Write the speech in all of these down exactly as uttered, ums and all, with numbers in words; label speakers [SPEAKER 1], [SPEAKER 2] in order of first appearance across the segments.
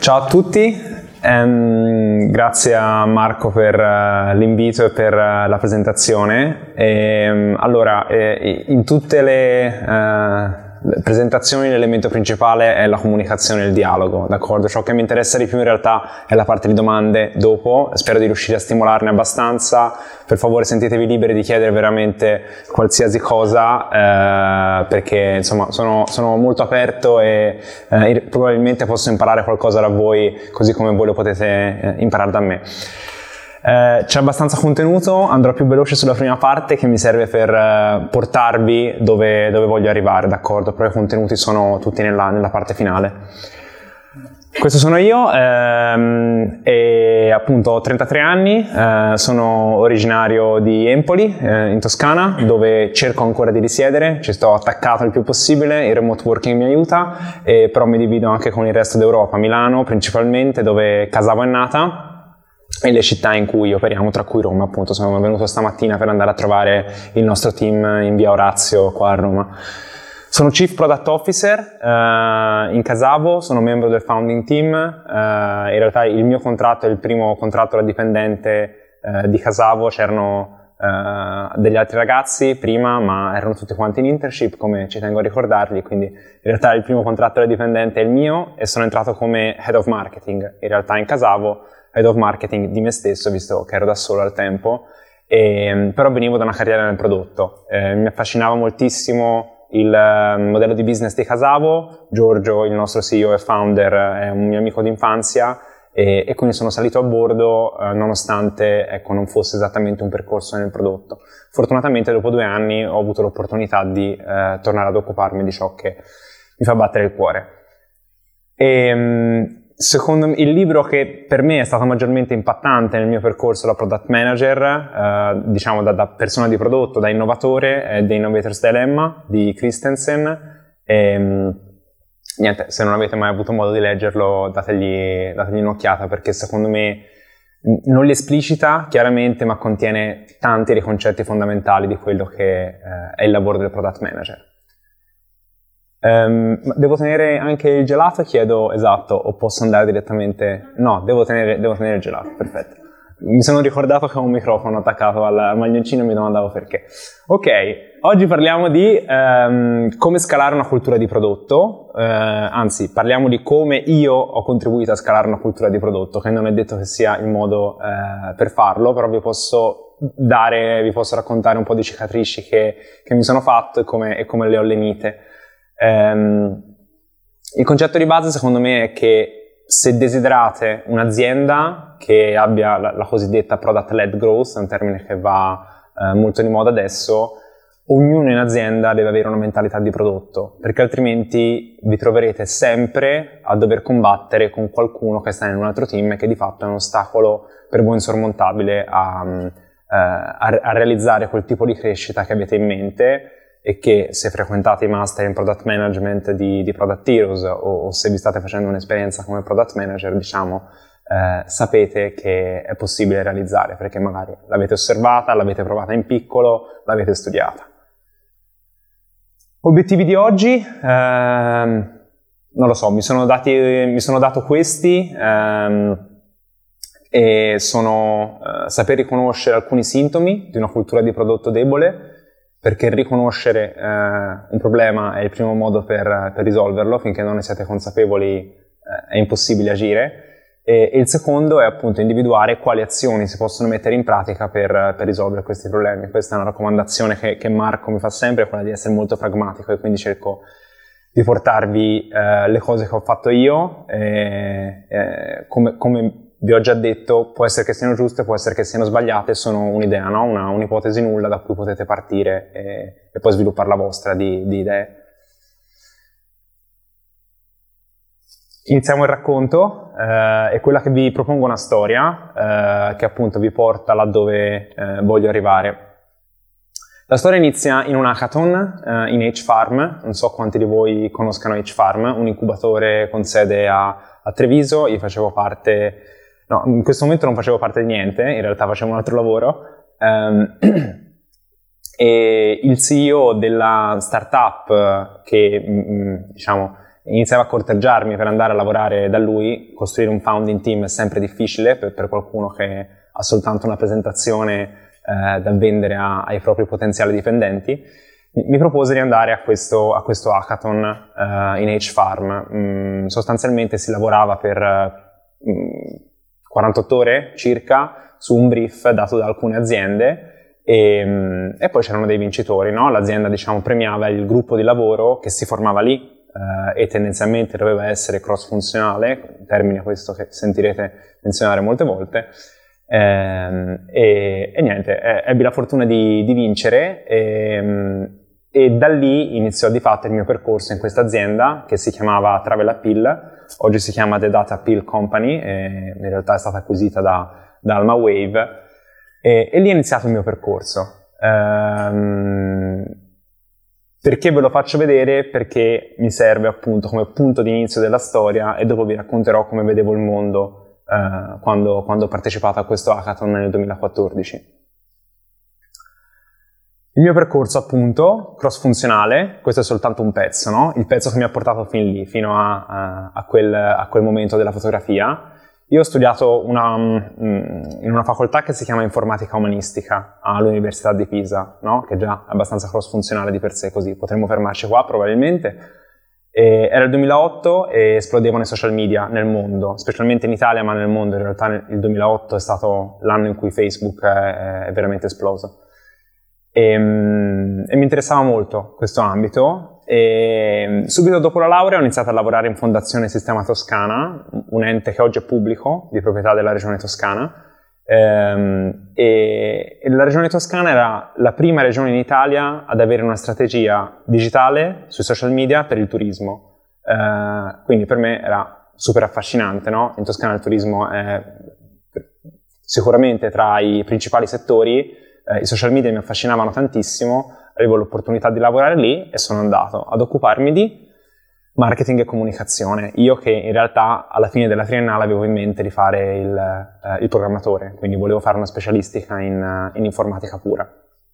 [SPEAKER 1] Ciao a tutti, ehm, grazie a Marco per uh, l'invito e per uh, la presentazione. E, allora, eh, in tutte le uh, presentazioni l'elemento principale è la comunicazione e il dialogo, d'accordo? Ciò che mi interessa di più in realtà è la parte di domande dopo, spero di riuscire a stimolarne abbastanza. Per favore sentitevi liberi di chiedere veramente qualsiasi cosa, eh, perché insomma sono, sono molto aperto e eh, probabilmente posso imparare qualcosa da voi così come voi lo potete eh, imparare da me. Eh, c'è abbastanza contenuto, andrò più veloce sulla prima parte che mi serve per eh, portarvi dove, dove voglio arrivare, d'accordo? Però i contenuti sono tutti nella, nella parte finale. Questo sono io, ehm, e appunto ho trentatré anni, eh, sono originario di Empoli, eh, in Toscana, dove cerco ancora di risiedere, ci sto attaccato il più possibile, il remote working mi aiuta, e però mi divido anche con il resto d'Europa, Milano principalmente, dove Casavo è nata, e le città in cui operiamo, tra cui Roma. Appunto sono venuto stamattina per andare a trovare il nostro team in via Orazio qua a Roma. Sono Chief Product Officer uh, in Casavo, sono membro del founding team, uh, in realtà il mio contratto è il primo contratto da dipendente uh, di Casavo, c'erano uh, degli altri ragazzi prima ma erano tutti quanti in internship, come ci tengo a ricordarli, quindi in realtà il primo contratto da dipendente è il mio e sono entrato come Head of Marketing, in realtà in Casavo, Head of Marketing di me stesso, visto che ero da solo al tempo, e, però venivo da una carriera nel prodotto, eh, mi affascinava moltissimo il modello di business di Casavo. Giorgio, il nostro C E O e founder, è un mio amico d'infanzia e, e quindi sono salito a bordo eh, nonostante ecco, non fosse esattamente un percorso nel prodotto. Fortunatamente dopo due anni ho avuto l'opportunità di eh, tornare ad occuparmi di ciò che mi fa battere il cuore. E, secondo me, il libro che per me è stato maggiormente impattante nel mio percorso da product manager, eh, diciamo da, da persona di prodotto, da innovatore, è The Innovator's Dilemma di Christensen. E, niente, se non avete mai avuto modo di leggerlo, dategli, dategli un'occhiata, perché secondo me non li esplicita chiaramente, ma contiene tanti dei concetti fondamentali di quello che eh, è il lavoro del product manager. Um, devo tenere anche il gelato? Chiedo, esatto, o posso andare direttamente? No, devo tenere, devo tenere il gelato, perfetto. Mi sono ricordato che ho un microfono attaccato al maglioncino e mi domandavo perché. Ok, oggi parliamo di um, come scalare una cultura di prodotto, uh, anzi parliamo di come io ho contribuito a scalare una cultura di prodotto, che non è detto che sia il modo uh, per farlo, però vi posso dare, vi posso raccontare un po' di cicatrici che, che mi sono fatto e come, e come le ho lenite. Um, il concetto di base secondo me è che se desiderate un'azienda che abbia la, la cosiddetta product-led growth, un termine che va uh, molto di moda adesso, ognuno in azienda deve avere una mentalità di prodotto, perché altrimenti vi troverete sempre a dover combattere con qualcuno che sta in un altro team e che di fatto è un ostacolo per voi insormontabile a, uh, a, a realizzare quel tipo di crescita che avete in mente, e che se frequentate i master in product management di, di Product Heroes o, o se vi state facendo un'esperienza come product manager, diciamo, eh, sapete che è possibile realizzare, perché magari l'avete osservata, l'avete provata in piccolo, l'avete studiata. Obiettivi di oggi? Ehm, non lo so, mi sono, dati, mi sono dato questi ehm, e sono eh, saper riconoscere alcuni sintomi di una cultura di prodotto debole, perché riconoscere eh, un problema è il primo modo per, per risolverlo. Finché non ne siete consapevoli eh, è impossibile agire, e, e il secondo è appunto individuare quali azioni si possono mettere in pratica per, per risolvere questi problemi. Questa è una raccomandazione che, che Marco mi fa sempre, quella di essere molto pragmatico, e quindi cerco di portarvi eh, le cose che ho fatto io, e, e, come, come vi ho già detto, può essere che siano giuste, può essere che siano sbagliate, sono un'idea, no? Una, un'ipotesi nulla da cui potete partire e, e poi sviluppare la vostra di, di idee. Iniziamo il racconto, eh, è quella che vi propongo una storia eh, che appunto vi porta laddove eh, voglio arrivare. La storia inizia in un hackathon eh, in H-Farm, non so quanti di voi conoscano H-Farm, un incubatore con sede a, a Treviso. Io facevo parte... No, in questo momento non facevo parte di niente, in realtà facevo un altro lavoro, um, e il C E O della startup che, mh, diciamo, iniziava a corteggiarmi per andare a lavorare da lui. Costruire un founding team è sempre difficile per, per qualcuno che ha soltanto una presentazione eh, da vendere a, ai propri potenziali dipendenti. Mi, mi propose di andare a questo, a questo hackathon eh, in H-Farm. Mm, sostanzialmente si lavorava per mm, quarantotto ore circa su un brief dato da alcune aziende. E, e poi c'erano dei vincitori, no? L'azienda, diciamo, premiava il gruppo di lavoro che si formava lì eh, e tendenzialmente doveva essere cross-funzionale, termine questo che sentirete menzionare molte volte. Eh, e, e niente, eh, ebbi la fortuna di, di vincere e, e da lì iniziò di fatto il mio percorso in questa azienda che si chiamava Travel Appeal, oggi si chiama The Data Appeal Company e in realtà è stata acquisita da, da Almawave. E, e lì è iniziato il mio percorso. Ehm, perché ve lo faccio vedere? Perché mi serve appunto come punto di inizio della storia e dopo vi racconterò come vedevo il mondo eh, quando, quando ho partecipato a questo hackathon nel duemilaquattordici. Il mio percorso appunto cross-funzionale, questo è soltanto un pezzo, no? Il pezzo che mi ha portato fin lì, fino a, a, a, quel, a quel momento della fotografia. Io ho studiato una, in una facoltà che si chiama Informatica Umanistica all'Università di Pisa, no? Che già è abbastanza cross-funzionale di per sé, così potremmo fermarci qua probabilmente. E era il duemilaotto e esplodevano i social media nel mondo, specialmente in Italia, ma nel mondo. In realtà il duemilaotto è stato l'anno in cui Facebook è, è veramente esploso. E, e mi interessava molto questo ambito. E subito dopo la laurea ho iniziato a lavorare in Fondazione Sistema Toscana, un ente che oggi è pubblico, di proprietà della Regione Toscana, ehm, e, e la Regione Toscana era la prima regione in Italia ad avere una strategia digitale sui social media per il turismo, eh, quindi per me era super affascinante, no? In Toscana il turismo è sicuramente tra i principali settori, eh, i social media mi affascinavano tantissimo. Avevo l'opportunità di lavorare lì e sono andato ad occuparmi di marketing e comunicazione. Io che in realtà alla fine della triennale avevo in mente di fare il, eh, il programmatore, quindi volevo fare una specialistica in, in informatica pura.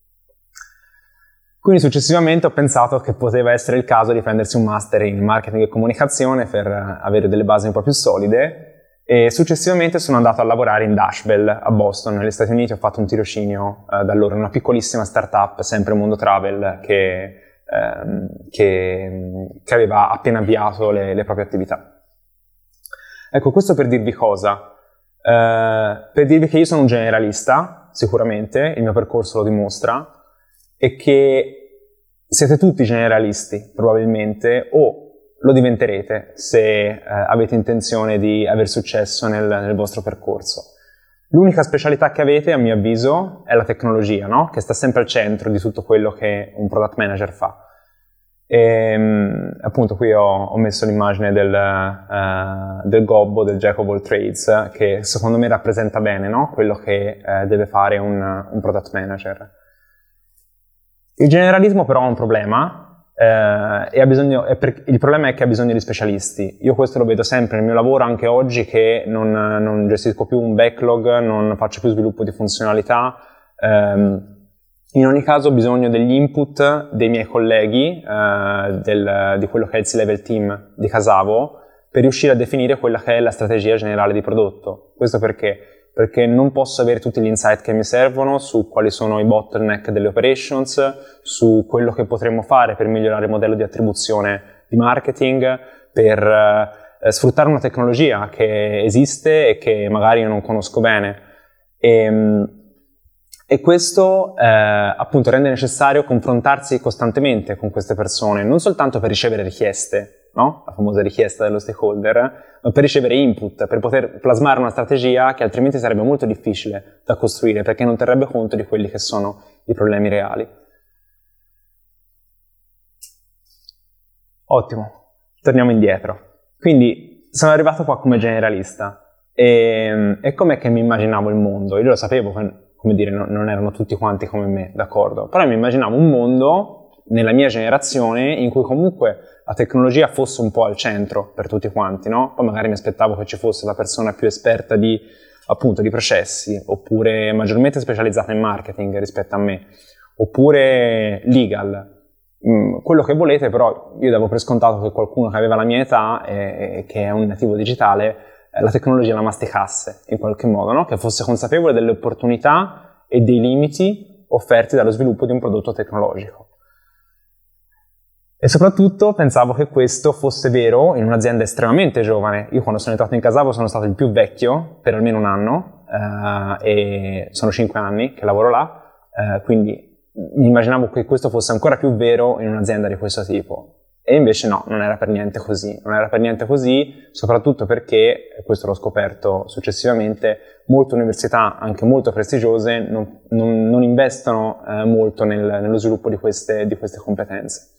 [SPEAKER 1] Quindi successivamente ho pensato che poteva essere il caso di prendersi un master in marketing e comunicazione per avere delle basi un po' più solide. E successivamente sono andato a lavorare in Dashbell a Boston, negli Stati Uniti. Ho fatto un tirocinio eh, da loro, una piccolissima startup, sempre mondo travel, che, ehm, che, che aveva appena avviato le, le proprie attività. Ecco, questo per dirvi cosa? Eh, per dirvi che io sono un generalista, sicuramente, il mio percorso lo dimostra, e che siete tutti generalisti, probabilmente, o lo diventerete se eh, avete intenzione di aver successo nel, nel vostro percorso. L'unica specialità che avete, a mio avviso, è la tecnologia, no? Che sta sempre al centro di tutto quello che un product manager fa. E, appunto qui ho, ho messo l'immagine del, uh, del gobbo, del Jack of all trades, che secondo me rappresenta bene, no? Quello che uh, deve fare un, un product manager. Il generalismo però ha un problema. Eh, e ha bisogno, e per, il problema è che ha bisogno di specialisti. Io questo lo vedo sempre nel mio lavoro, anche oggi che non, non gestisco più un backlog, non faccio più sviluppo di funzionalità. Eh, in ogni caso ho bisogno degli input dei miei colleghi, eh, del, di quello che è il C-Level Team di Casavo, per riuscire a definire quella che è la strategia generale di prodotto. Questo perché? Perché non posso avere tutti gli insight che mi servono su quali sono i bottleneck delle operations, su quello che potremmo fare per migliorare il modello di attribuzione di marketing, per eh, sfruttare una tecnologia che esiste e che magari io non conosco bene. E, e questo eh, appunto rende necessario confrontarsi costantemente con queste persone, non soltanto per ricevere richieste, no? La famosa richiesta dello stakeholder, ma per ricevere input, per poter plasmare una strategia che altrimenti sarebbe molto difficile da costruire, perché non terrebbe conto di quelli che sono i problemi reali. Ottimo, torniamo indietro. Quindi sono arrivato qua come generalista e, e com'è che mi immaginavo il mondo? Io lo sapevo che, come dire, non, non erano tutti quanti come me, d'accordo? Però mi immaginavo un mondo nella mia generazione in cui comunque la tecnologia fosse un po' al centro per tutti quanti, no? Poi magari mi aspettavo che ci fosse la persona più esperta di, appunto, di processi, oppure maggiormente specializzata in marketing rispetto a me, oppure legal. mh, quello che volete, però io davo per scontato che qualcuno che aveva la mia età e, e che è un nativo digitale, eh, la tecnologia la masticasse in qualche modo, no? Che fosse consapevole delle opportunità e dei limiti offerti dallo sviluppo di un prodotto tecnologico. E soprattutto pensavo che questo fosse vero in un'azienda estremamente giovane. Io quando sono entrato in Casavo sono stato il più vecchio per almeno un anno, eh, e sono cinque anni che lavoro là, eh, quindi mi immaginavo che questo fosse ancora più vero in un'azienda di questo tipo. E invece no, non era per niente così. Non era per niente così, soprattutto perché, e questo l'ho scoperto successivamente, molte università, anche molto prestigiose, non, non, non investono eh, molto nel, nello sviluppo di queste, di queste competenze.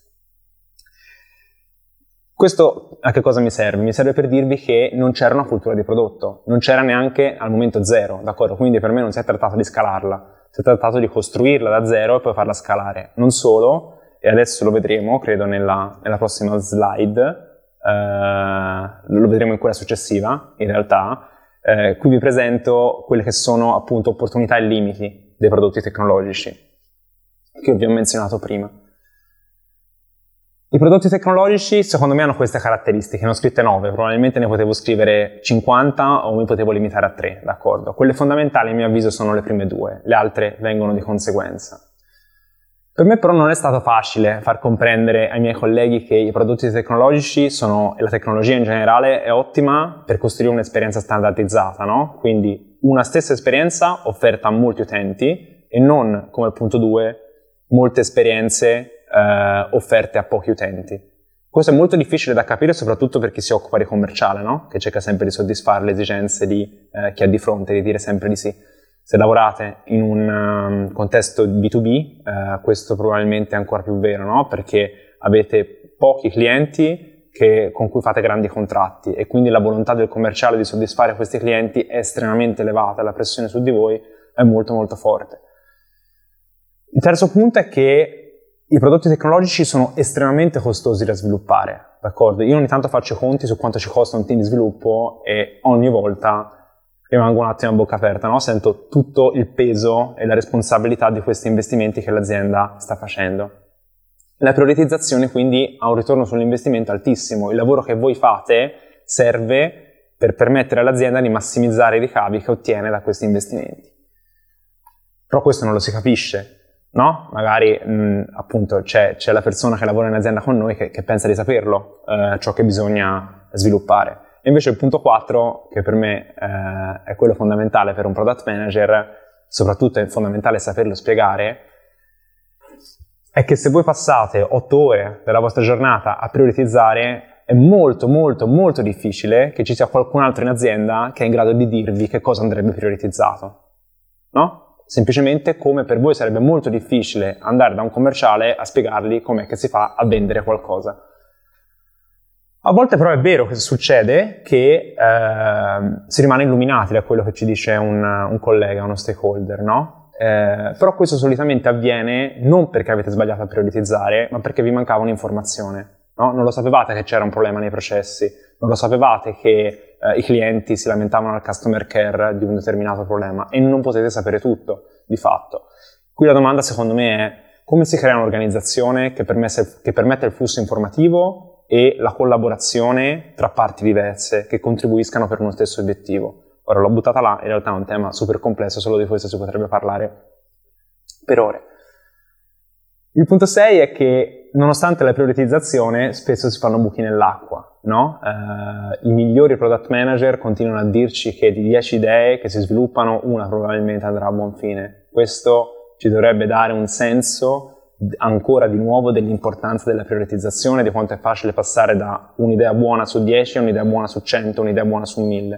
[SPEAKER 1] Questo a che cosa mi serve? Mi serve per dirvi che non c'era una cultura di prodotto, non c'era neanche al momento zero, d'accordo? Quindi per me non si è trattato di scalarla, si è trattato di costruirla da zero e poi farla scalare. Non solo, e adesso lo vedremo, credo nella, nella prossima slide, eh, lo vedremo in quella successiva, in realtà, eh, qui vi presento quelle che sono appunto opportunità e limiti dei prodotti tecnologici, che vi ho menzionato prima. I prodotti tecnologici secondo me hanno queste caratteristiche, ne ho scritte nove, probabilmente ne potevo scrivere cinquanta o mi potevo limitare a tre, d'accordo? Quelle fondamentali a mio avviso sono le prime due, le altre vengono di conseguenza. Per me però non è stato facile far comprendere ai miei colleghi che i prodotti tecnologici sono, e la tecnologia in generale, è ottima per costruire un'esperienza standardizzata, no? Quindi una stessa esperienza offerta a molti utenti e non, come il punto due, molte esperienze Uh, offerte a pochi utenti. Questo è molto difficile da capire, soprattutto per chi si occupa di commerciale, no? Che cerca sempre di soddisfare le esigenze di uh, chi ha di fronte, di dire sempre di sì. Se lavorate in un um, contesto B due B, uh, questo probabilmente è ancora più vero, no? Perché avete pochi clienti che, con cui fate grandi contratti e quindi la volontà del commerciale di soddisfare questi clienti è estremamente elevata, la pressione su di voi è molto molto forte. Il terzo punto è che i prodotti tecnologici sono estremamente costosi da sviluppare, d'accordo? Io ogni tanto faccio i conti su quanto ci costa un team di sviluppo e ogni volta rimango un attimo a bocca aperta, no? Sento tutto il peso e la responsabilità di questi investimenti che l'azienda sta facendo. La prioritizzazione quindi ha un ritorno sull'investimento altissimo. Il lavoro che voi fate serve per permettere all'azienda di massimizzare i ricavi che ottiene da questi investimenti. Però questo non lo si capisce. No? Magari mh, appunto c'è, c'è la persona che lavora in azienda con noi che, che pensa di saperlo, eh, ciò che bisogna sviluppare. E invece il punto quattro, che per me eh, è quello fondamentale per un product manager, soprattutto è fondamentale saperlo spiegare, è che se voi passate otto ore della vostra giornata a prioritizzare, è molto molto molto difficile che ci sia qualcun altro in azienda che è in grado di dirvi che cosa andrebbe prioritizzato, no? Semplicemente come per voi sarebbe molto difficile andare da un commerciale a spiegargli com'è che si fa a vendere qualcosa. A volte però è vero che succede che eh, si rimane illuminati da quello che ci dice un, un collega, uno stakeholder, no? Eh, però questo solitamente avviene non perché avete sbagliato a prioritizzare, ma perché vi mancava un'informazione, no? Non lo sapevate che c'era un problema nei processi, non lo sapevate che Uh, i clienti si lamentavano al customer care di un determinato problema e non potete sapere tutto, di fatto. Qui la domanda secondo me è come si crea un'organizzazione che, permesse, che permetta il flusso informativo e la collaborazione tra parti diverse che contribuiscano per uno stesso obiettivo. Ora l'ho buttata là, in realtà è un tema super complesso, solo di questo si potrebbe parlare per ore. Il punto sei è che nonostante la prioritizzazione spesso si fanno buchi nell'acqua, no? Uh, I migliori product manager continuano a dirci che di dieci idee che si sviluppano, una probabilmente andrà a buon fine. Questo ci dovrebbe dare un senso ancora di nuovo dell'importanza della prioritizzazione, di quanto è facile passare da un'idea buona su dieci a un'idea buona su cento, un'idea buona su mille.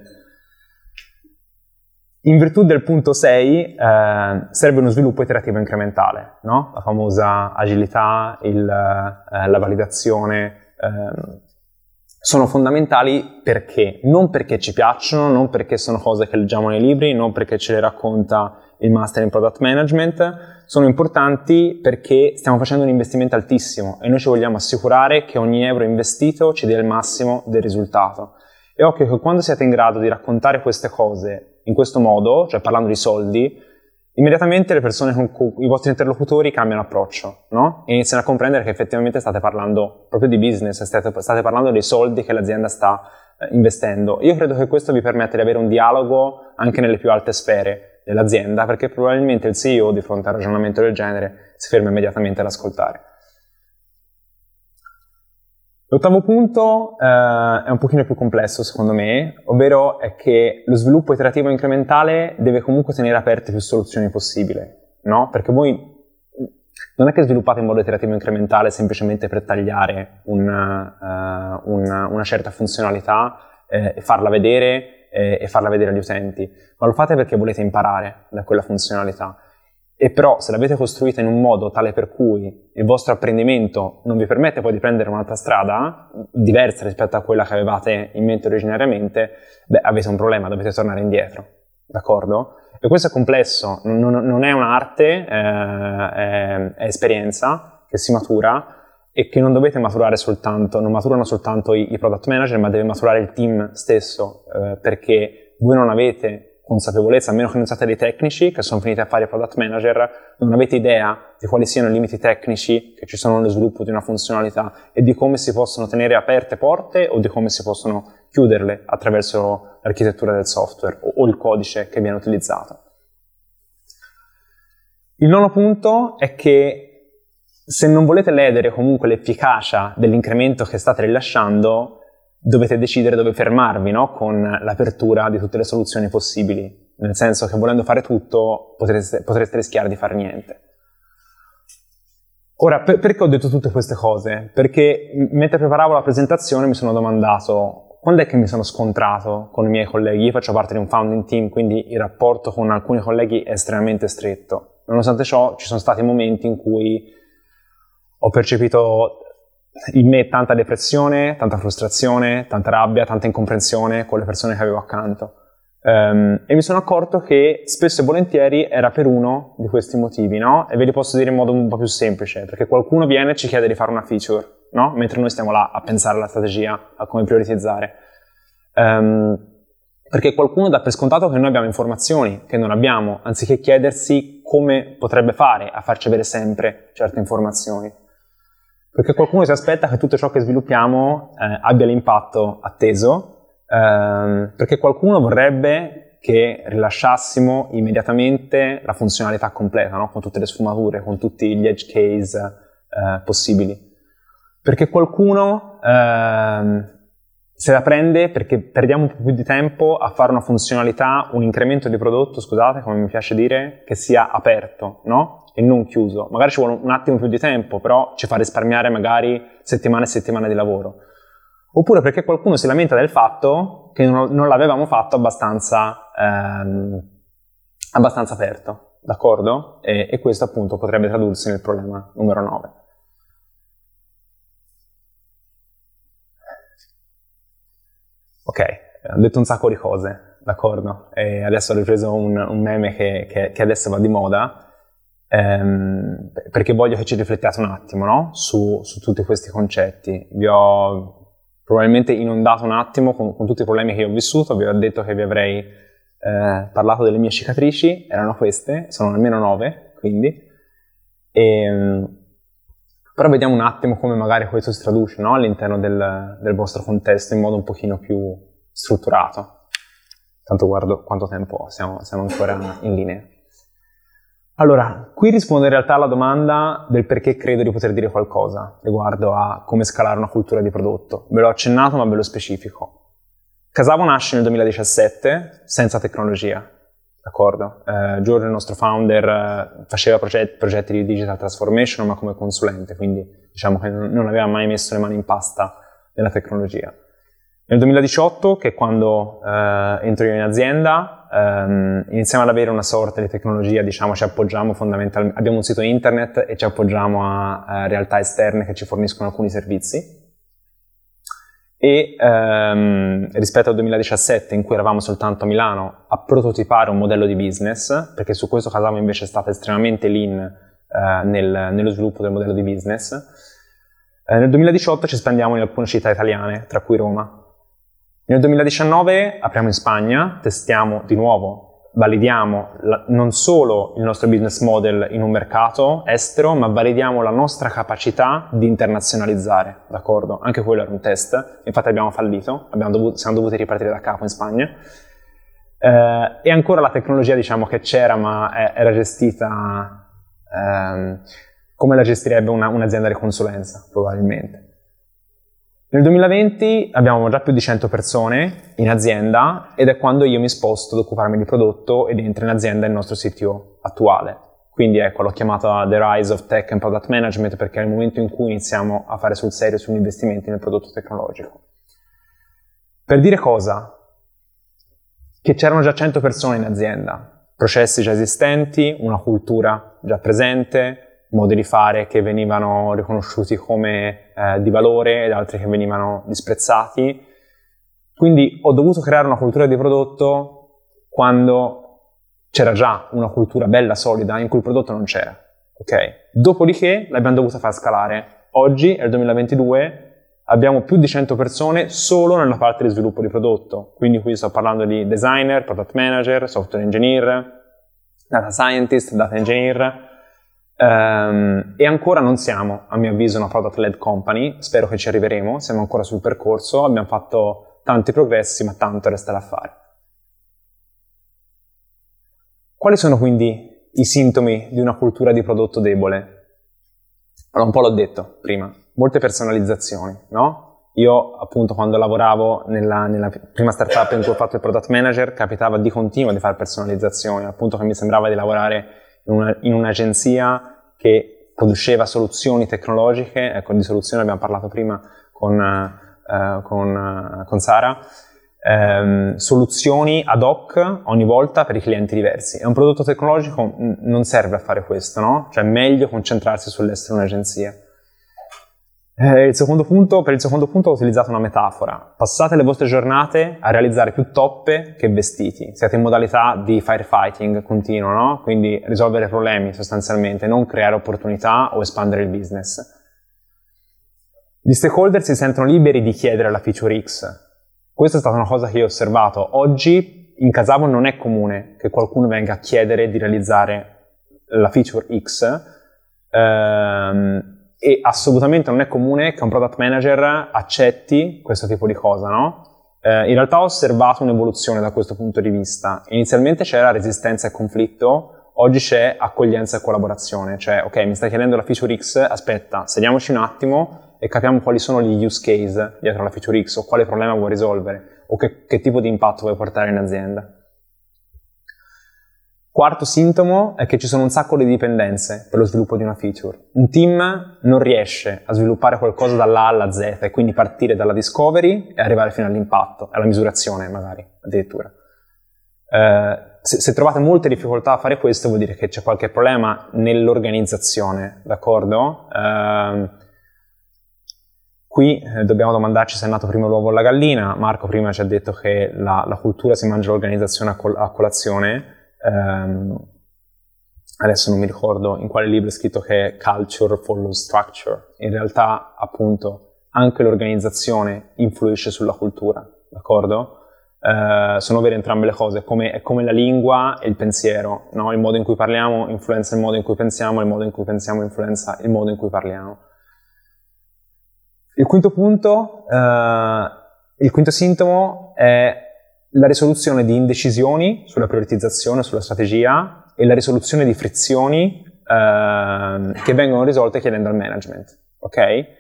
[SPEAKER 1] In virtù del punto sei eh, serve uno sviluppo iterativo incrementale, no? La famosa agilità, il, eh, la validazione, eh, sono fondamentali perché? Non perché ci piacciono, non perché sono cose che leggiamo nei libri, non perché ce le racconta il Master in Product Management, sono importanti perché stiamo facendo un investimento altissimo e noi ci vogliamo assicurare che ogni euro investito ci dia il massimo del risultato. E occhio che quando siete in grado di raccontare queste cose in questo modo, cioè parlando di soldi, immediatamente le persone, con cui, i vostri interlocutori cambiano approccio, no? E iniziano a comprendere che effettivamente state parlando proprio di business, state, state parlando dei soldi che l'azienda sta eh, investendo. Io credo che questo vi permette di avere un dialogo anche nelle più alte sfere dell'azienda, perché probabilmente il C E O di fronte a un ragionamento del genere si ferma immediatamente ad ascoltare. L'ottavo punto eh, è un pochino più complesso secondo me, ovvero è che lo sviluppo iterativo incrementale deve comunque tenere aperte più soluzioni possibili, no? Perché voi non è che sviluppate in modo iterativo incrementale semplicemente per tagliare un, uh, una, una certa funzionalità eh, e farla vedere eh, e farla vedere agli utenti, ma lo fate perché volete imparare da quella funzionalità. E però se l'avete costruita in un modo tale per cui il vostro apprendimento non vi permette poi di prendere un'altra strada diversa rispetto a quella che avevate in mente originariamente, beh, avete un problema, dovete tornare indietro, d'accordo? E questo è complesso, non, non è un'arte, eh, è, è esperienza che si matura e che non dovete maturare soltanto, non maturano soltanto i, i product manager, ma deve maturare il team stesso, eh, perché voi non avete consapevolezza, a meno che non siate dei tecnici che sono finiti a fare i product manager, non avete idea di quali siano i limiti tecnici che ci sono nello sviluppo di una funzionalità e di come si possono tenere aperte porte o di come si possono chiuderle attraverso l'architettura del software o, o il codice che viene utilizzato. Il nono punto è che se non volete ledere comunque l'efficacia dell'incremento che state rilasciando, dovete decidere dove fermarvi, no? Con l'apertura di tutte le soluzioni possibili, nel senso che volendo fare tutto potreste, potreste rischiare di fare niente. Ora, per, perché ho detto tutte queste cose? Perché mentre preparavo la presentazione mi sono domandato quando è che mi sono scontrato con i miei colleghi. Io faccio parte di un founding team, quindi il rapporto con alcuni colleghi è estremamente stretto. Nonostante ciò ci sono stati momenti in cui ho percepito in me tanta depressione, tanta frustrazione, tanta rabbia, tanta incomprensione con le persone che avevo accanto. Um, e mi sono accorto che spesso e volentieri era per uno di questi motivi, no? E ve li posso dire in modo un po' più semplice, perché qualcuno viene e ci chiede di fare una feature, no? Mentre noi stiamo là a pensare alla strategia, a come prioritizzare. Um, perché qualcuno dà per scontato che noi abbiamo informazioni che non abbiamo, anziché chiedersi come potrebbe fare a farci avere sempre certe informazioni. Perché qualcuno si aspetta che tutto ciò che sviluppiamo eh, abbia l'impatto atteso, ehm, perché qualcuno vorrebbe che rilasciassimo immediatamente la funzionalità completa, no? Con tutte le sfumature, con tutti gli edge case eh, possibili. Perché qualcuno ehm, se la prende perché perdiamo un po' più di tempo a fare una funzionalità, un incremento di prodotto, scusate, come mi piace dire, che sia aperto, no? E non chiuso. Magari ci vuole un attimo più di tempo, però ci fa risparmiare magari settimane e settimane di lavoro. Oppure perché qualcuno si lamenta del fatto che non, non l'avevamo fatto abbastanza, ehm, abbastanza aperto, d'accordo? E, e questo appunto potrebbe tradursi nel problema numero nove. Ok, ho detto un sacco di cose, d'accordo? E adesso ho ripreso un, un meme che, che, che adesso va di moda, ehm, perché voglio che ci riflettiate un attimo, no? Su, su tutti questi concetti. Vi ho probabilmente inondato un attimo con, con tutti i problemi che io ho vissuto, vi ho detto che vi avrei eh, parlato delle mie cicatrici, erano queste, sono almeno nove, quindi. E, però vediamo un attimo come magari questo si traduce, no? All'interno del, del vostro contesto in modo un pochino più strutturato. Tanto guardo quanto tempo ho, siamo, siamo ancora in linea. Allora, qui rispondo in realtà alla domanda del perché credo di poter dire qualcosa riguardo a come scalare una cultura di prodotto. Ve l'ho accennato, ma ve lo specifico. Casavo nasce nel duemiladiciassette senza tecnologia, d'accordo? Eh, Giorgio, il nostro founder, eh, faceva progetti, progetti di digital transformation, ma come consulente, quindi diciamo che non, non aveva mai messo le mani in pasta nella tecnologia. Nel duemiladiciotto, che è quando eh, entro io in azienda, ehm, iniziamo ad avere una sorta di tecnologia, diciamo, ci appoggiamo fondamentalmente, abbiamo un sito internet e ci appoggiamo a, a realtà esterne che ci forniscono alcuni servizi. E ehm, rispetto al duemiladiciassette, in cui eravamo soltanto a Milano, a prototipare un modello di business, perché su questo Casavo invece è stata estremamente lean eh, nel, nello sviluppo del modello di business. Eh, nel duemiladiciotto ci spendiamo in alcune città italiane, tra cui Roma. Nel duemiladiciannove apriamo in Spagna, testiamo di nuovo validiamo la, non solo il nostro business model in un mercato estero, ma validiamo la nostra capacità di internazionalizzare, d'accordo? Anche quello era un test, infatti abbiamo fallito, abbiamo dovuto, siamo dovuti ripartire da capo in Spagna. Eh, e ancora la tecnologia, diciamo che c'era, ma era gestita ehm, come la gestirebbe una, un'azienda di consulenza, probabilmente. Nel duemilaventi abbiamo già più di cento persone in azienda ed è quando io mi sposto ad occuparmi di prodotto ed entra in azienda il nostro C T O attuale. Quindi ecco, l'ho chiamata The Rise of Tech and Product Management perché è il momento in cui iniziamo a fare sul serio sugli investimenti nel prodotto tecnologico. Per dire cosa? Che c'erano già cento persone in azienda, processi già esistenti, una cultura già presente, modi di fare che venivano riconosciuti come eh, di valore ed altri che venivano disprezzati. Quindi ho dovuto creare una cultura di prodotto quando c'era già una cultura bella, solida, in cui il prodotto non c'era. Okay? Dopodiché l'abbiamo dovuta far scalare. Oggi, è il duemilaventidue, abbiamo più di cento persone solo nella parte di sviluppo di prodotto. Quindi qui sto parlando di designer, product manager, software engineer, data scientist, data engineer. Um, e ancora non siamo, a mio avviso, una product-led company, spero che ci arriveremo, siamo ancora sul percorso, abbiamo fatto tanti progressi, ma tanto resta da fare. Quali sono quindi i sintomi di una cultura di prodotto debole? Allora, un po' l'ho detto prima, molte personalizzazioni, no? Io, appunto, quando lavoravo nella, nella prima startup in cui ho fatto il product manager, capitava di continuo di fare personalizzazioni, appunto che mi sembrava di lavorare in, una, in un'agenzia che produceva soluzioni tecnologiche. Ecco, di soluzioni abbiamo parlato prima con, uh, con, uh, con Sara, um, soluzioni ad hoc ogni volta per i clienti diversi. E un prodotto tecnologico n- non serve a fare questo, no? Cioè è meglio concentrarsi sull'essere un'agenzia. Eh, il secondo punto, per il secondo punto ho utilizzato una metafora. Passate le vostre giornate a realizzare più toppe che vestiti. Siete in modalità di firefighting continuo, no? Quindi risolvere problemi sostanzialmente, non creare opportunità o espandere il business. Gli stakeholder si sentono liberi di chiedere la feature X. Questa è stata una cosa che io ho osservato. Oggi in Casavo non è comune che qualcuno venga a chiedere di realizzare la feature X. Ehm, E assolutamente non è comune che un product manager accetti questo tipo di cosa, no? Eh, in realtà ho osservato un'evoluzione da questo punto di vista. Inizialmente c'era resistenza e conflitto, oggi c'è accoglienza e collaborazione. Cioè, ok, mi stai chiedendo la feature X, aspetta, sediamoci un attimo e capiamo quali sono gli use case dietro la feature X, o quale problema vuoi risolvere, o che, che tipo di impatto vuoi portare in azienda. Quarto sintomo è che ci sono un sacco di dipendenze per lo sviluppo di una feature. Un team non riesce a sviluppare qualcosa dalla A alla Z e quindi partire dalla discovery e arrivare fino all'impatto, alla misurazione magari, addirittura. Eh, se, se trovate molte difficoltà a fare questo vuol dire che c'è qualche problema nell'organizzazione, d'accordo? Eh, qui eh, dobbiamo domandarci se è nato prima l'uovo o la gallina. Marco prima ci ha detto che la, la cultura si mangia l'organizzazione a, col- a colazione. Um, adesso non mi ricordo in quale libro è scritto che culture follows structure. In realtà, appunto, anche l'organizzazione influisce sulla cultura, d'accordo? Uh, sono vere entrambe le cose, come, è come la lingua e il pensiero, no? Il modo in cui parliamo influenza il modo in cui pensiamo, il modo in cui pensiamo influenza il modo in cui parliamo. Il quinto punto, uh, il quinto sintomo è la risoluzione di indecisioni sulla prioritizzazione, sulla strategia e la risoluzione di frizioni eh, che vengono risolte chiedendo al management, ok?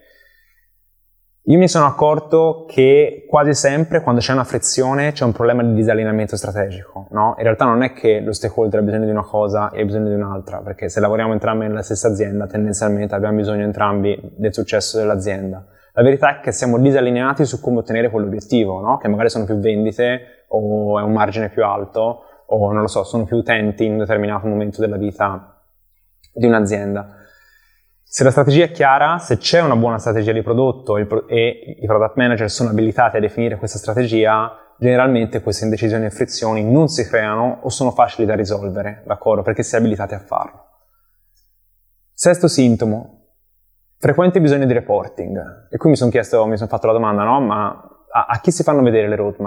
[SPEAKER 1] Io mi sono accorto che quasi sempre quando c'è una frizione c'è un problema di disallineamento strategico, no? In realtà non è che lo stakeholder ha bisogno di una cosa e ha bisogno di un'altra, perché se lavoriamo entrambi nella stessa azienda tendenzialmente abbiamo bisogno entrambi del successo dell'azienda. La verità è che siamo disallineati su come ottenere quell'obiettivo, no? Che magari sono più vendite, o è un margine più alto, o non lo so, sono più utenti in un determinato momento della vita di un'azienda. Se la strategia è chiara, se c'è una buona strategia di prodotto e i product manager sono abilitati a definire questa strategia, generalmente queste indecisioni e frizioni non si creano o sono facili da risolvere, d'accordo? Perché si è abilitati a farlo. Sesto sintomo. Frequente bisogno di reporting. E qui mi sono chiesto, mi sono fatto la domanda, no? Ma a, a chi si fanno vedere le roadmap?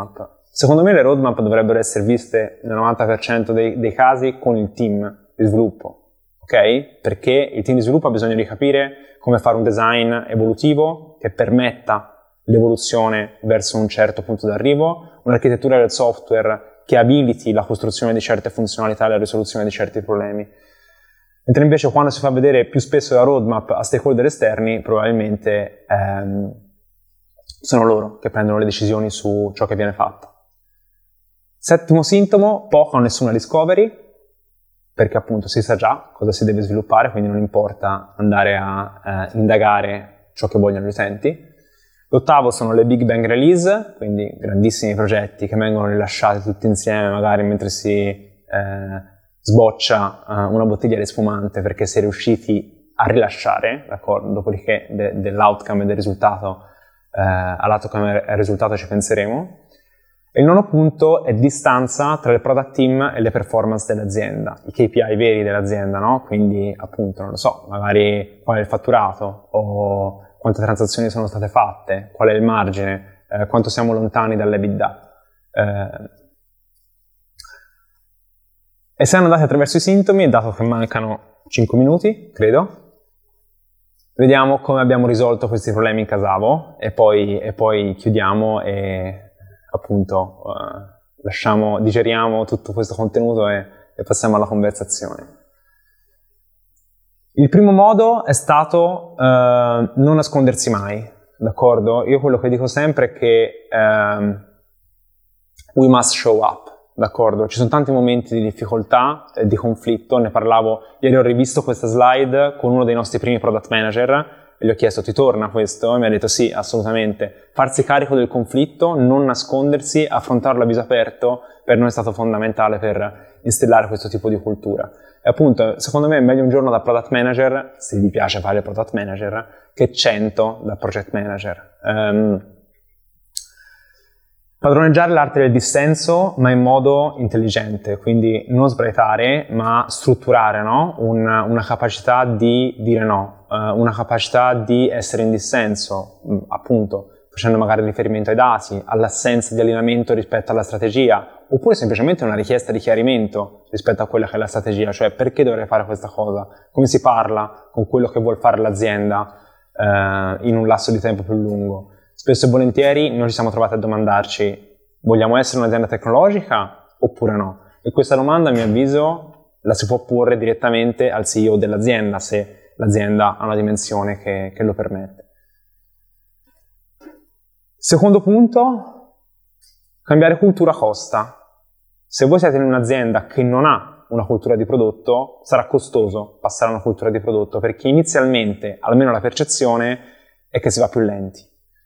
[SPEAKER 1] Secondo me le roadmap dovrebbero essere viste nel novanta per cento dei, dei casi con il team di sviluppo, ok? Perché il team di sviluppo ha bisogno di capire come fare un design evolutivo che permetta l'evoluzione verso un certo punto d'arrivo, un'architettura del software che abiliti la costruzione di certe funzionalità e la risoluzione di certi problemi. Mentre invece quando si fa vedere più spesso la roadmap a stakeholder esterni, probabilmente ehm, sono loro che prendono le decisioni su ciò che viene fatto. Settimo sintomo, poca o nessuna discovery, perché appunto si sa già cosa si deve sviluppare, quindi non importa andare a eh, indagare ciò che vogliono gli utenti. L'ottavo sono le big bang release, quindi grandissimi progetti che vengono rilasciati tutti insieme, magari mentre si eh, sboccia eh, una bottiglia di spumante perché si è riusciti a rilasciare, d'accordo? Dopodiché de- dell'outcome e del risultato, eh, all'outcome e al risultato ci penseremo. E il nono punto è distanza tra il product team e le performance dell'azienda, i K P I veri dell'azienda, no? Quindi appunto, non lo so, magari qual è il fatturato o quante transazioni sono state fatte, qual è il margine, eh, quanto siamo lontani dall'EBITDA. Eh, e se andate attraverso i sintomi, dato che mancano cinque minuti, credo, vediamo come abbiamo risolto questi problemi in Casavo e poi, e poi chiudiamo e appunto uh, lasciamo, digeriamo tutto questo contenuto e, e passiamo alla conversazione. Il primo modo è stato uh, non nascondersi mai, d'accordo? Io quello che dico sempre è che um, we must show up, d'accordo? Ci sono tanti momenti di difficoltà e di conflitto, ne parlavo, ieri ho rivisto questa slide con uno dei nostri primi product manager e gli ho chiesto, ti torna questo? E mi ha detto sì, assolutamente. Farsi carico del conflitto, non nascondersi, affrontarlo a viso aperto, per noi è stato fondamentale per instillare questo tipo di cultura. E appunto, secondo me è meglio un giorno da product manager, se vi piace fare product manager, che cento da project manager. Um, padroneggiare l'arte del dissenso, ma in modo intelligente, quindi non sbraitare, ma strutturare, no? una, una capacità di dire no, uh, una capacità di essere in dissenso, mh, appunto, facendo magari riferimento ai dati, all'assenza di allineamento rispetto alla strategia, oppure semplicemente una richiesta di chiarimento rispetto a quella che è la strategia, cioè perché dovrei fare questa cosa, come si parla con quello che vuol fare l'azienda uh, in un lasso di tempo più lungo. Spesso e volentieri noi ci siamo trovati a domandarci vogliamo essere un'azienda tecnologica oppure no? E questa domanda a mio avviso la si può porre direttamente al C E O dell'azienda se l'azienda ha una dimensione che, che lo permette. Secondo punto, cambiare cultura costa. Se voi siete in un'azienda che non ha una cultura di prodotto, sarà costoso passare a una cultura di prodotto perché inizialmente, almeno la percezione, è che si va più lenti.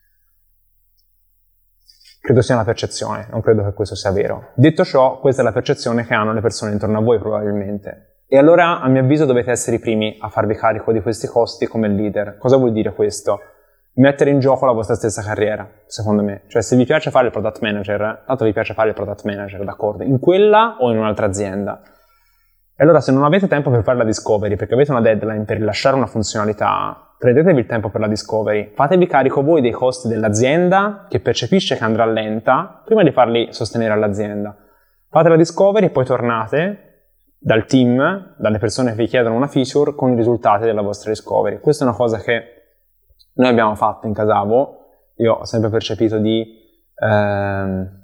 [SPEAKER 1] Credo sia una percezione, non credo che questo sia vero. Detto ciò, questa è la percezione che hanno le persone intorno a voi probabilmente. E allora, a mio avviso, dovete essere i primi a farvi carico di questi costi come leader. Cosa vuol dire questo? Mettere in gioco la vostra stessa carriera, secondo me. Cioè, se vi piace fare il product manager, tanto vi piace fare il product manager, d'accordo? In quella o in un'altra azienda. E allora, se non avete tempo per fare la discovery, perché avete una deadline per rilasciare una funzionalità, prendetevi il tempo per la discovery, fatevi carico voi dei costi dell'azienda che percepisce che andrà lenta prima di farli sostenere all'azienda. Fate la discovery e poi tornate dal team, dalle persone che vi chiedono una feature con i risultati della vostra discovery. Questa è una cosa che noi abbiamo fatto in Casavo. Io ho sempre percepito di ehm,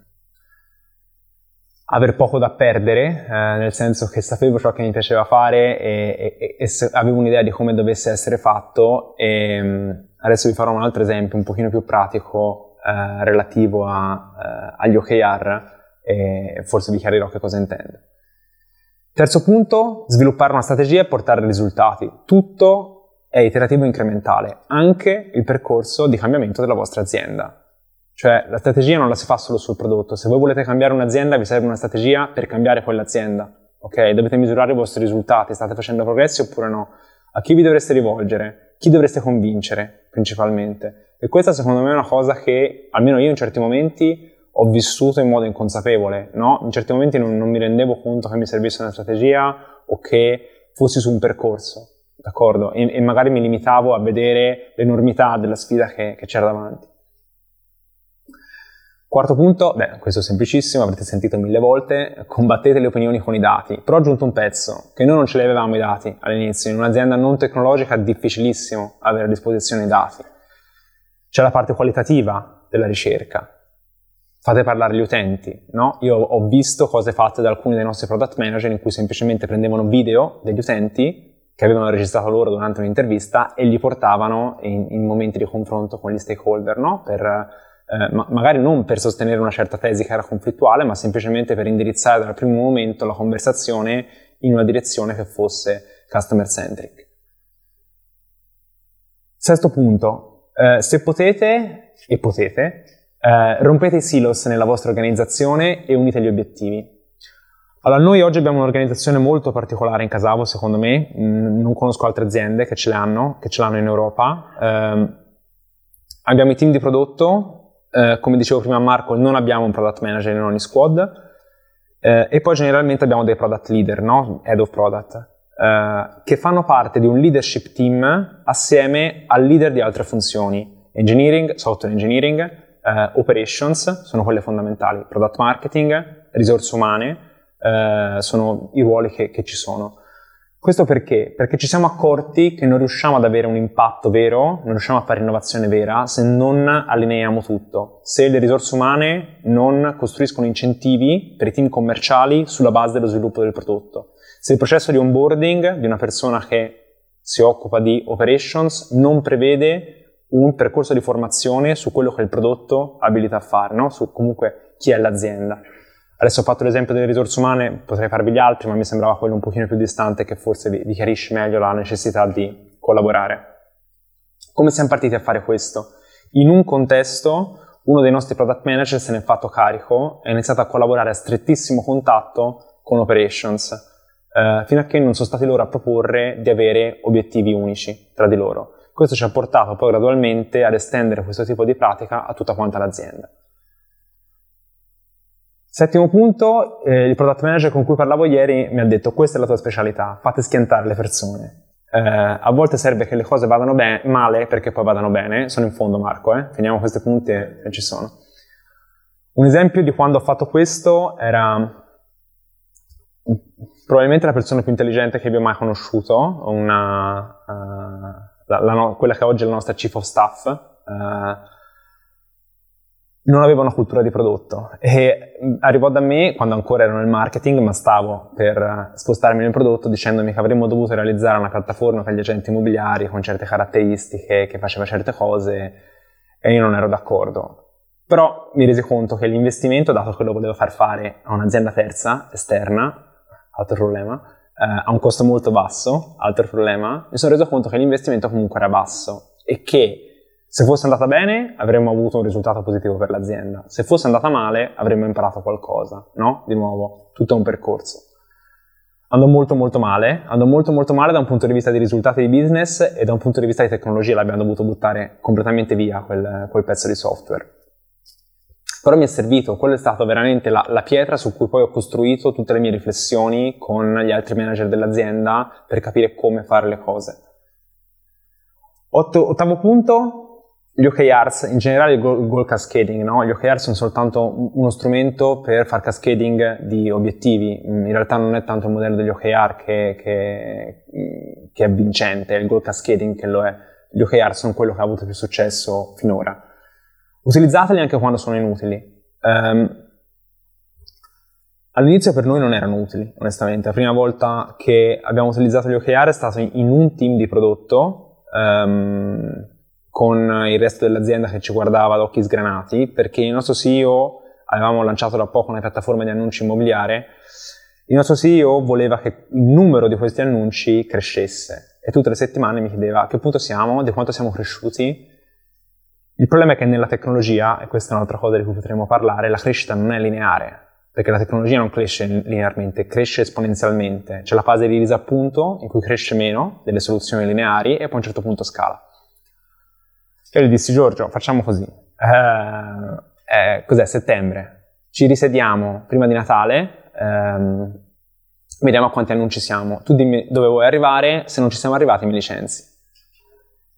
[SPEAKER 1] aver poco da perdere, eh, nel senso che sapevo ciò che mi piaceva fare e, e, e avevo un'idea di come dovesse essere fatto e um, adesso vi farò un altro esempio un pochino più pratico eh, relativo a, eh, agli O K R e forse vi chiarirò che cosa intendo. Terzo punto, sviluppare una strategia e portare risultati. Tutto è iterativo e incrementale, anche il percorso di cambiamento della vostra azienda. Cioè, la strategia non la si fa solo sul prodotto. Se voi volete cambiare un'azienda, vi serve una strategia per cambiare quell'azienda. Ok? Dovete misurare i vostri risultati. State facendo progressi oppure no? A chi vi dovreste rivolgere? Chi dovreste convincere, principalmente? E questa, secondo me, è una cosa che, almeno io in certi momenti, ho vissuto in modo inconsapevole, no? In certi momenti non, non mi rendevo conto che mi servisse una strategia o che fossi su un percorso, d'accordo? E, e magari mi limitavo a vedere l'enormità della sfida che, che c'era davanti. Quarto punto, beh, questo è semplicissimo, avrete sentito mille volte, combattete le opinioni con i dati. Però ho aggiunto un pezzo, che noi non ce li avevamo i dati all'inizio. In un'azienda non tecnologica è difficilissimo avere a disposizione i dati. C'è la parte qualitativa della ricerca. Fate parlare gli utenti, no? Io ho visto cose fatte da alcuni dei nostri product manager in cui semplicemente prendevano video degli utenti che avevano registrato loro durante un'intervista e li portavano in, in momenti di confronto con gli stakeholder, no? Per, eh, ma magari non per sostenere una certa tesi che era conflittuale, ma semplicemente per indirizzare dal primo momento la conversazione in una direzione che fosse customer centric. Sesto punto, eh, se potete, e potete, eh, rompete i silos nella vostra organizzazione e unite gli obiettivi. Allora, noi oggi abbiamo un'organizzazione molto particolare in Casavo, secondo me, mm, non conosco altre aziende che ce l'hanno, che ce l'hanno in Europa. Eh, abbiamo i team di prodotto, eh, come dicevo prima a Marco, non abbiamo un product manager in ogni squad, eh, e poi generalmente abbiamo dei product leader, no? Head of product. Uh, che fanno parte di un leadership team assieme al leader di altre funzioni. Engineering, software engineering, uh, operations, sono quelle fondamentali, product marketing, risorse umane, uh, sono i ruoli che, che ci sono. Questo perché? Perché ci siamo accorti che non riusciamo ad avere un impatto vero, non riusciamo a fare innovazione vera se non allineiamo tutto, se le risorse umane non costruiscono incentivi per i team commerciali sulla base dello sviluppo del prodotto. Se il processo di onboarding di una persona che si occupa di operations non prevede un percorso di formazione su quello che il prodotto abilita a fare, no? Su comunque chi è l'azienda. Adesso ho fatto l'esempio delle risorse umane, potrei farvi gli altri, ma mi sembrava quello un pochino più distante che forse vi, vi chiarisce meglio la necessità di collaborare. Come siamo partiti a fare questo? In un contesto, uno dei nostri product manager se ne è fatto carico e ha iniziato a collaborare a strettissimo contatto con operations, Uh, fino a che non sono stati loro a proporre di avere obiettivi unici tra di loro. Questo ci ha portato poi gradualmente ad estendere questo tipo di pratica a tutta quanta l'azienda. Settimo punto, eh, il product manager con cui parlavo ieri mi ha detto: questa è la tua specialità, fate schiantare le persone. Eh, a volte serve che le cose vadano be- male perché poi vadano bene. Sono in fondo, Marco, eh? Finiamo questi punti e, e ci sono. Un esempio di quando ho fatto questo era probabilmente la persona più intelligente che abbia mai conosciuto, una, uh, la, la, quella che oggi è la nostra Chief of Staff, uh, non aveva una cultura di prodotto e arrivò da me quando ancora ero nel marketing, ma stavo per spostarmi nel prodotto dicendomi che avremmo dovuto realizzare una piattaforma per gli agenti immobiliari con certe caratteristiche, che faceva certe cose, e io non ero d'accordo. Però mi resi conto che l'investimento, dato che lo volevo far fare a un'azienda terza, esterna, altro problema, eh, a un costo molto basso, altro problema, mi sono reso conto che l'investimento comunque era basso e che se fosse andata bene avremmo avuto un risultato positivo per l'azienda, se fosse andata male avremmo imparato qualcosa, no? Di nuovo, tutto un percorso. Andò molto molto male, andò molto molto male da un punto di vista di risultati di business e da un punto di vista di tecnologia, l'abbiamo dovuto buttare completamente via quel, quel pezzo di software. Però mi è servito, quello è stato veramente la, la pietra su cui poi ho costruito tutte le mie riflessioni con gli altri manager dell'azienda per capire come fare le cose. Otto, ottavo punto, gli O K Rs, in generale il goal, goal cascading, no? Gli O K R sono soltanto uno strumento per fare cascading di obiettivi, in realtà non è tanto il modello degli O K R che, che, che è vincente, è il goal cascading che lo è. Gli O K R sono quello che ha avuto più successo finora. Utilizzateli anche quando sono inutili. Um, all'inizio per noi non erano utili, onestamente. La prima volta che abbiamo utilizzato gli O K R è stato in, in un team di prodotto um, con il resto dell'azienda che ci guardava ad occhi sgranati, perché il nostro C E O, avevamo lanciato da poco una piattaforma di annunci immobiliare, il nostro C E O voleva che il numero di questi annunci crescesse e tutte le settimane mi chiedeva a che punto siamo, di quanto siamo cresciuti. Il problema è che nella tecnologia, e questa è un'altra cosa di cui potremo parlare, la crescita non è lineare, perché la tecnologia non cresce linearmente, cresce esponenzialmente. C'è la fase di disappunto in cui cresce meno delle soluzioni lineari e poi a un certo punto scala. Io gli dissi: Giorgio, facciamo così, eh, eh, cos'è, settembre, ci risediamo prima di Natale, ehm, vediamo a quanti annunci siamo, tu dimmi dove vuoi arrivare, se non ci siamo arrivati mi licenzi.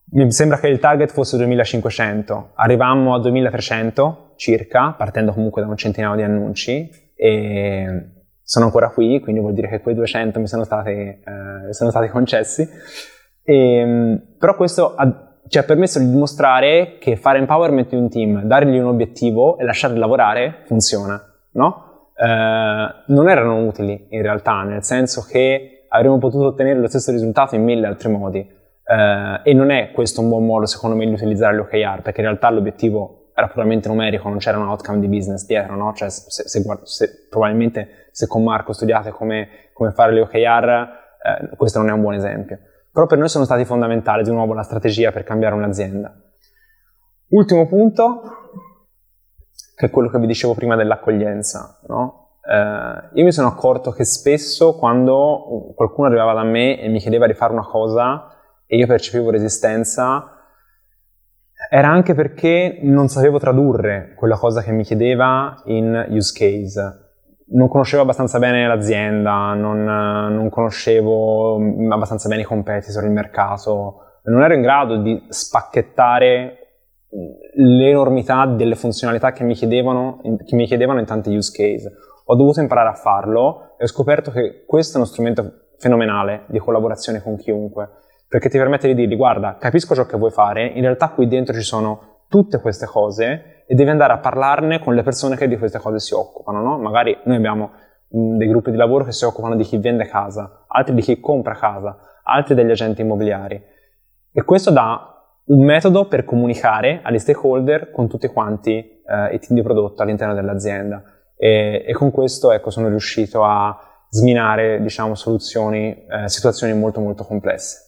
[SPEAKER 1] mi sembra che il target fosse duemilacinquecento, arrivammo a duemilatrecento circa, partendo comunque da un centinaio di annunci, e sono ancora qui, quindi vuol dire che quei duecento mi sono stati, eh, sono stati concessi. E, però questo ha, ci ha permesso di dimostrare che fare empowerment di un team, dargli un obiettivo e lasciarli lavorare, funziona, no? Eh, non erano utili in realtà, nel senso che avremmo potuto ottenere lo stesso risultato in mille altri modi. Uh, e non è questo un buon modo secondo me di utilizzare le O K R, perché in realtà l'obiettivo era puramente numerico, non c'era un outcome di business dietro, no? Cioè se, se, se probabilmente se con Marco studiate come, come fare le O K R, eh, questo non è un buon esempio, però per noi sono stati fondamentali di nuovo la strategia per cambiare un'azienda. Ultimo punto, che è quello che vi dicevo prima dell'accoglienza, no? Uh, io mi sono accorto che spesso quando qualcuno arrivava da me e mi chiedeva di fare una cosa e io percepivo resistenza, era anche perché non sapevo tradurre quella cosa che mi chiedeva in use case. Non conoscevo abbastanza bene l'azienda, non, non conoscevo abbastanza bene i competitor, il mercato, non ero in grado di spacchettare l'enormità delle funzionalità che mi chiedevano, che mi chiedevano in tanti use case. Ho dovuto imparare a farlo e ho scoperto che questo è uno strumento fenomenale di collaborazione con chiunque, perché ti permette di dirgli: guarda, capisco ciò che vuoi fare, in realtà qui dentro ci sono tutte queste cose e devi andare a parlarne con le persone che di queste cose si occupano, no? Magari noi abbiamo mh, dei gruppi di lavoro che si occupano di chi vende casa, altri di chi compra casa, altri degli agenti immobiliari, e questo dà un metodo per comunicare agli stakeholder con tutti quanti eh, i team di prodotto all'interno dell'azienda, e, e con questo ecco sono riuscito a sminare, diciamo, soluzioni, eh, situazioni molto molto complesse.